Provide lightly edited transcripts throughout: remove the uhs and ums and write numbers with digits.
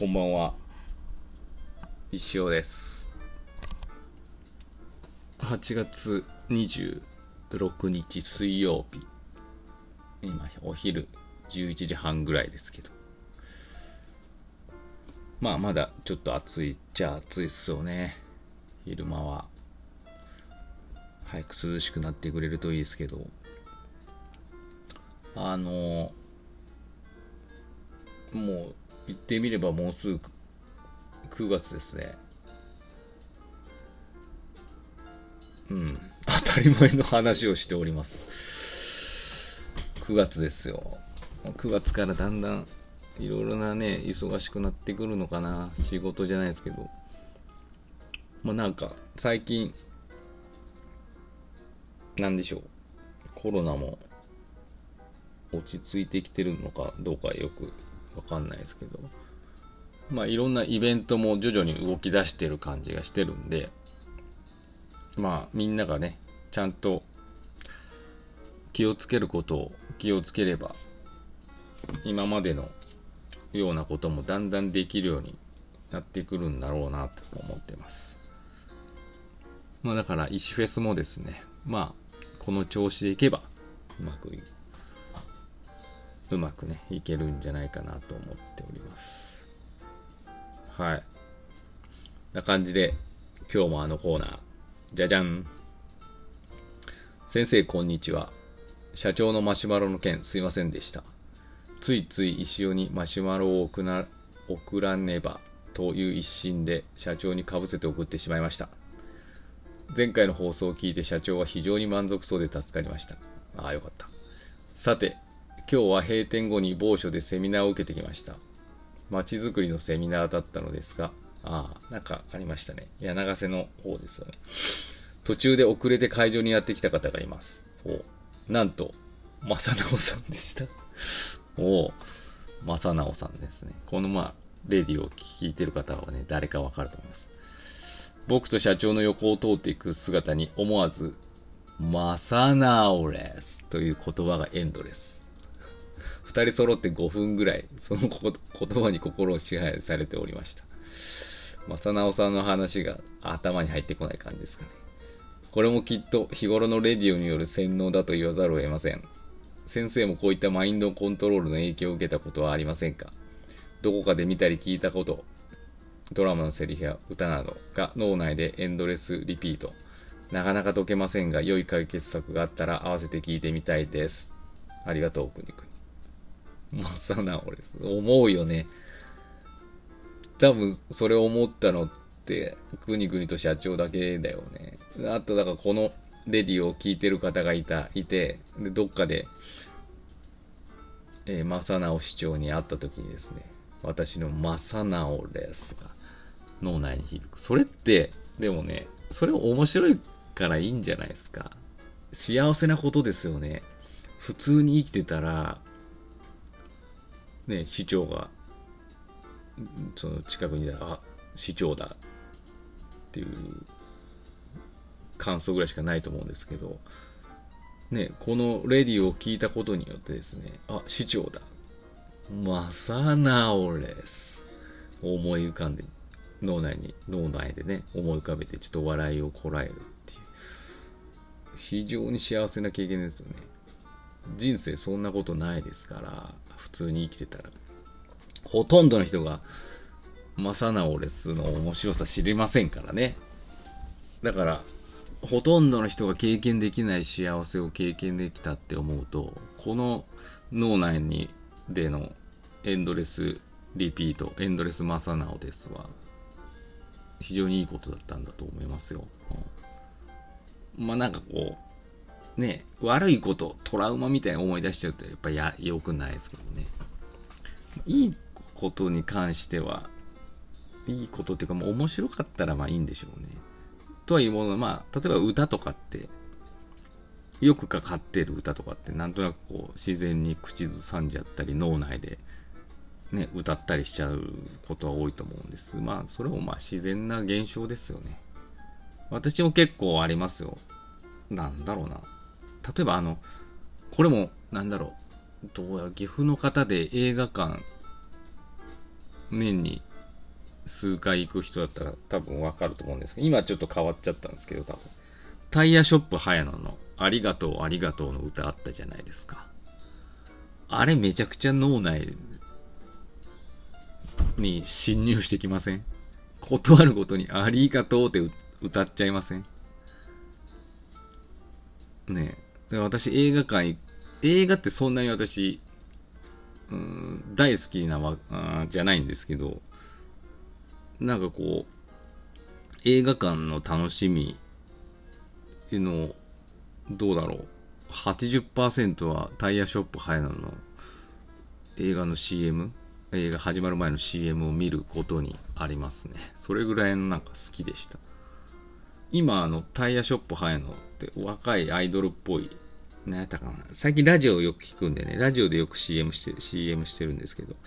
こんばんは、石尾です。8月26日水曜日、今お昼11時半ぐらいですけど、まだちょっと暑いっちゃ暑いっすよね。昼間は早く涼しくなってくれるといいですけど、もう言ってみればもうすぐ9月ですね。当たり前の話をしております。9月ですよ。9月からだんだんいろいろなね、忙しくなってくるのかな。仕事じゃないですけど。なんか最近、なんでしょう。コロナも落ち着いてきてるのかどうかよくわかんないですけど。いろんなイベントも徐々に動き出してる感じがしてるんで、みんながね、ちゃんと気をつけることを気をつければ、今までのようなこともだんだんできるようになってくるんだろうなと思ってます。だから石フェスもですね、この調子でいけばうまくねいけるんじゃないかなと思っております。はい。な感じで今日もコーナー、じゃじゃん。先生こんにちは。社長のマシュマロの件すいませんでした。ついつい石尾にマシュマロを送らねばという一心で社長にかぶせて送ってしまいました。前回の放送を聞いて社長は非常に満足そうで助かりました。ああ、よかった。さて、今日は閉店後に某所でセミナーを受けてきました。街づくりのセミナーだったのですが、なんかありましたね。柳瀬の方ですよね。途中で遅れて会場にやってきた方がいます。なんと、正直さんでした。正直さんですね。このレディを聞いてる方はね、誰かわかると思います。僕と社長の横を通っていく姿に思わず、正直ですという言葉がエンドレス。二人揃って5分ぐらい、その言葉に心を支配されておりました。正直さんの話が頭に入ってこない感じですかね。これもきっと日頃のレディオによる洗脳だと言わざるを得ません。先生もこういったマインドコントロールの影響を受けたことはありませんか？どこかで見たり聞いたこと、ドラマのセリフや歌などが脳内でエンドレスリピート。なかなか解けませんが、良い解決策があったら合わせて聞いてみたいです。ありがとう、くにくに。正直です。思うよね。多分それを思ったのってくにくにと社長だけだよね。あとだからこのレディを聞いてる方がいて、でどっかで、正直市長に会った時にですね、私の正直ですが脳内に響く。それってでもね、それ面白いからいいんじゃないですか。幸せなことですよね。普通に生きてたらね、市長がその近くにいたら、市長だっていう感想ぐらいしかないと思うんですけどね、このレディを聞いたことによってですね、市長だ、正直です思い浮かんで、脳内でね思い浮かべて、ちょっと笑いをこらえるっていう、非常に幸せな経験ですよね。人生そんなことないですから、普通に生きてたら。ほとんどの人が正直ですの面白さ知りませんからね。だからほとんどの人が経験できない幸せを経験できたって思うと、この脳内でのエンドレスリピート、エンドレス正直ですは非常にいいことだったんだと思いますよ。なんかこうね、悪いこと、トラウマみたいに思い出しちゃうとやっぱり良くないですけどね。いいことに関しては、いいことっていうか、面白かったらいいんでしょうね。とはいうもの、例えば歌とかって、よくかかってる歌とかって、なんとなくこう自然に口ずさんじゃったり、脳内でね歌ったりしちゃうことは多いと思うんです。それも自然な現象ですよね。私も結構ありますよ。なんだろうな。例えばこれもどうやら岐阜の方で映画館年に数回行く人だったら多分わかると思うんですけど、今ちょっと変わっちゃったんですけど、多分。タイヤショップ早野のありがとうありがとうの歌あったじゃないですか。あれめちゃくちゃ脳内に侵入してきません？断るごとにありがとうって歌っちゃいません？ねえ。私映画ってそんなに私、大好きなじゃないんですけど、なんかこう、映画館の楽しみの、どうだろう。80% はタイヤショップ早野の映画の CM、映画始まる前の CM を見ることにありますね。それぐらいのなんか好きでした。今タイヤショップ早野って若いアイドルっぽい、何やったかな。最近ラジオをよく聞くんでね、ラジオでよく CM してるんですけど、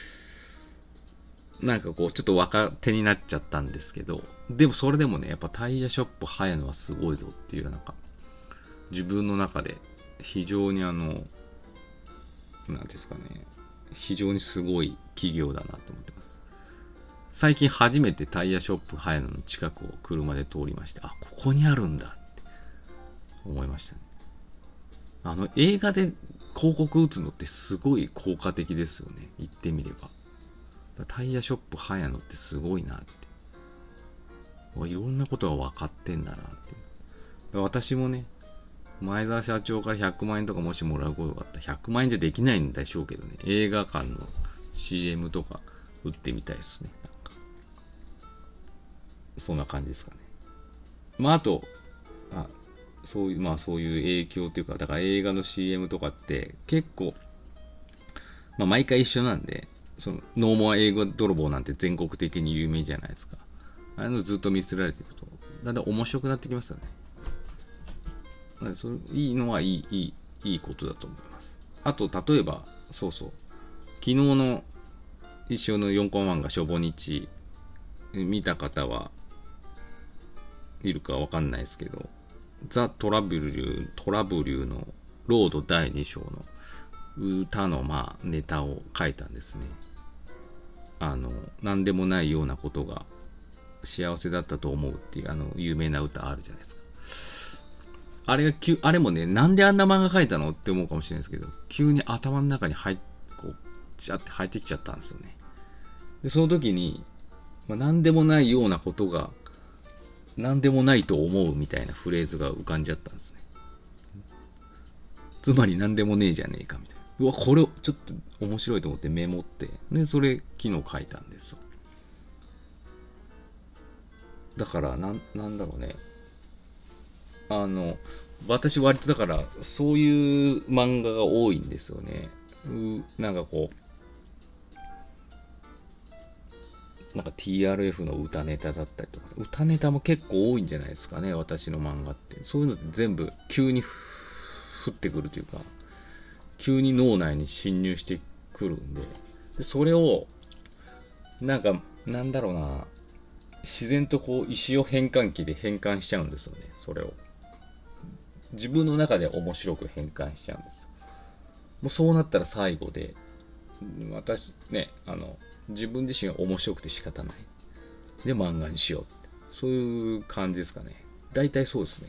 なんかこうちょっと若手になっちゃったんですけど、でもそれでもね、やっぱタイヤショップ早野はすごいぞっていう、なんか自分の中で非常になんですかね、非常にすごい企業だなと思ってます。最近初めてタイヤショップ早野の近くを車で通りまして、あ、ここにあるんだって思いましたね。映画で広告打つのってすごい効果的ですよね。言ってみれば。タイヤショップ早野ってすごいなって。いろんなことが分かってんだなって。私もね、前澤社長から100万円とかもしもらうことがあったら100万円じゃできないんでしょうけどね。映画館の CM とか打ってみたいですね。なんかそんな感じですかね。まああと、そういう影響というか、だから映画の CM とかって結構、毎回一緒なんで、ノーモア映画泥棒なんて全国的に有名じゃないですか。あれのずっと見せられていくと、だんだん面白くなってきますよね。いいのはいいことだと思います。あと、例えば、昨日の一緒の4コマ漫画、しょぼ日、見た方はいるかわかんないですけど、ザ・トラブリューのロード第2章の歌のネタを書いたんですね。なんでもないようなことが幸せだったと思うっていう有名な歌あるじゃないですか。あれもね、なんであんな漫画書いたのって思うかもしれないですけど、急に頭の中にジャって入ってきちゃったんですよね。で、その時に、なんでもないようなことがなんでもないと思うみたいなフレーズが浮かんじゃったんですね。つまりなんでもねえじゃねえかみたいな。うわ、これちょっと面白いと思ってメモって、で、それ昨日書いたんですよ。だから、なんだろうね。私割とだから、そういう漫画が多いんですよね。なんかこう、なんか TRF の歌ネタだったりとか、歌ネタも結構多いんじゃないですかね、私の漫画って。そういうのって全部急に降ってくるというか、急に脳内に侵入してくるんで、それを、なんだろうな、自然とこう、石を変換器で変換しちゃうんですよね、それを。自分の中で面白く変換しちゃうんですよ。もうそうなったら最後で、私ね、自分自身が面白くて仕方ない。で、漫画にしようって。そういう感じですかね。大体そうですね。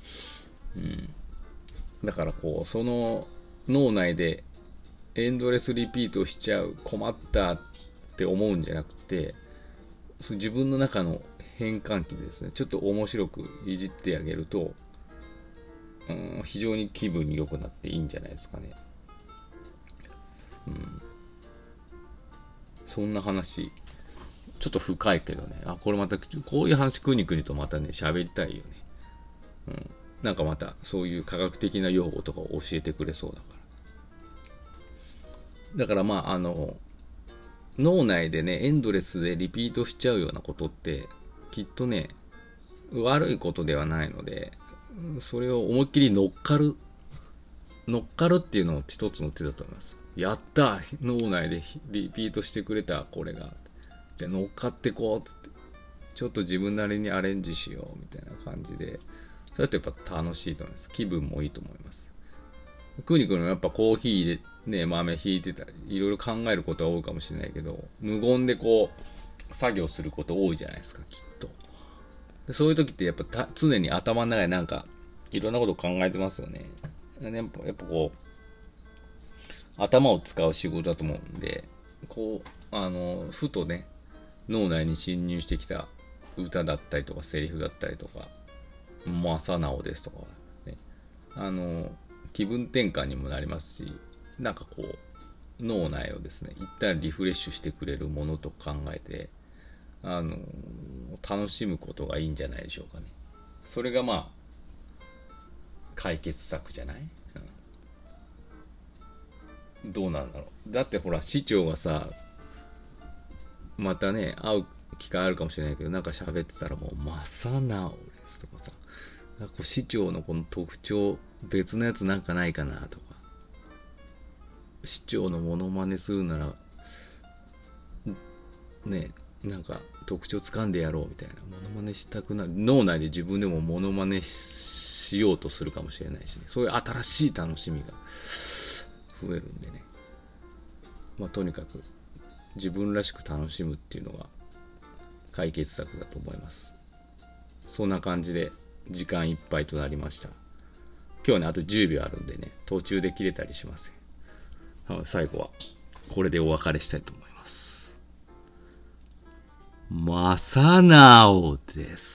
だからこう、その脳内でエンドレスリピートしちゃう、困ったって思うんじゃなくて、自分の中の変換器でですね、ちょっと面白くいじってあげると、非常に気分良くなっていいんじゃないですかね。そんな話、ちょっと深いけどね。これまた、こういう話くにくにとまたね、喋りたいよね。なんかまた、そういう科学的な用語とかを教えてくれそうだから。だから脳内でね、エンドレスでリピートしちゃうようなことって、きっとね、悪いことではないので、それを思いっきり乗っかるっていうのも一つの手だと思います。やった脳内でリピートしてくれたこれが。じゃあ乗っかってこうっつって。ちょっと自分なりにアレンジしようみたいな感じで。それってやっぱ楽しいと思います。気分もいいと思います。クニ君もやっぱコーヒーでね、豆ひいてたり、いろいろ考えることは多いかもしれないけど、無言でこう、 作業すること多いじゃないですか、きっと。でそういう時ってやっぱ常に頭の中でなんかいろんなことを考えてますよね。やっぱこう頭を使う仕事だと思うんで、こうふとね脳内に侵入してきた歌だったりとかセリフだったりとか、正直ですとかね、気分転換にもなりますし、なんかこう脳内をですね一旦リフレッシュしてくれるものと考えて楽しむことがいいんじゃないでしょうかね。それがまあ解決策じゃない、どうなんだろう。だってほら市長がさ、またね会う機会あるかもしれないけど、なんか喋ってたらもう正直ですとかさ、市長のこの特徴別のやつなんかないかなとか、市長のモノマネするならね、なんか特徴掴んでやろうみたいな、モノマネしたくなる、脳内で自分でもモノマネしようとするかもしれないしね、そういう新しい楽しみが増えるんでね、とにかく自分らしく楽しむっていうのが解決策だと思います。そんな感じで時間いっぱいとなりました。今日はねあと10秒あるんでね、途中で切れたりしません。最後はこれでお別れしたいと思います。正直です。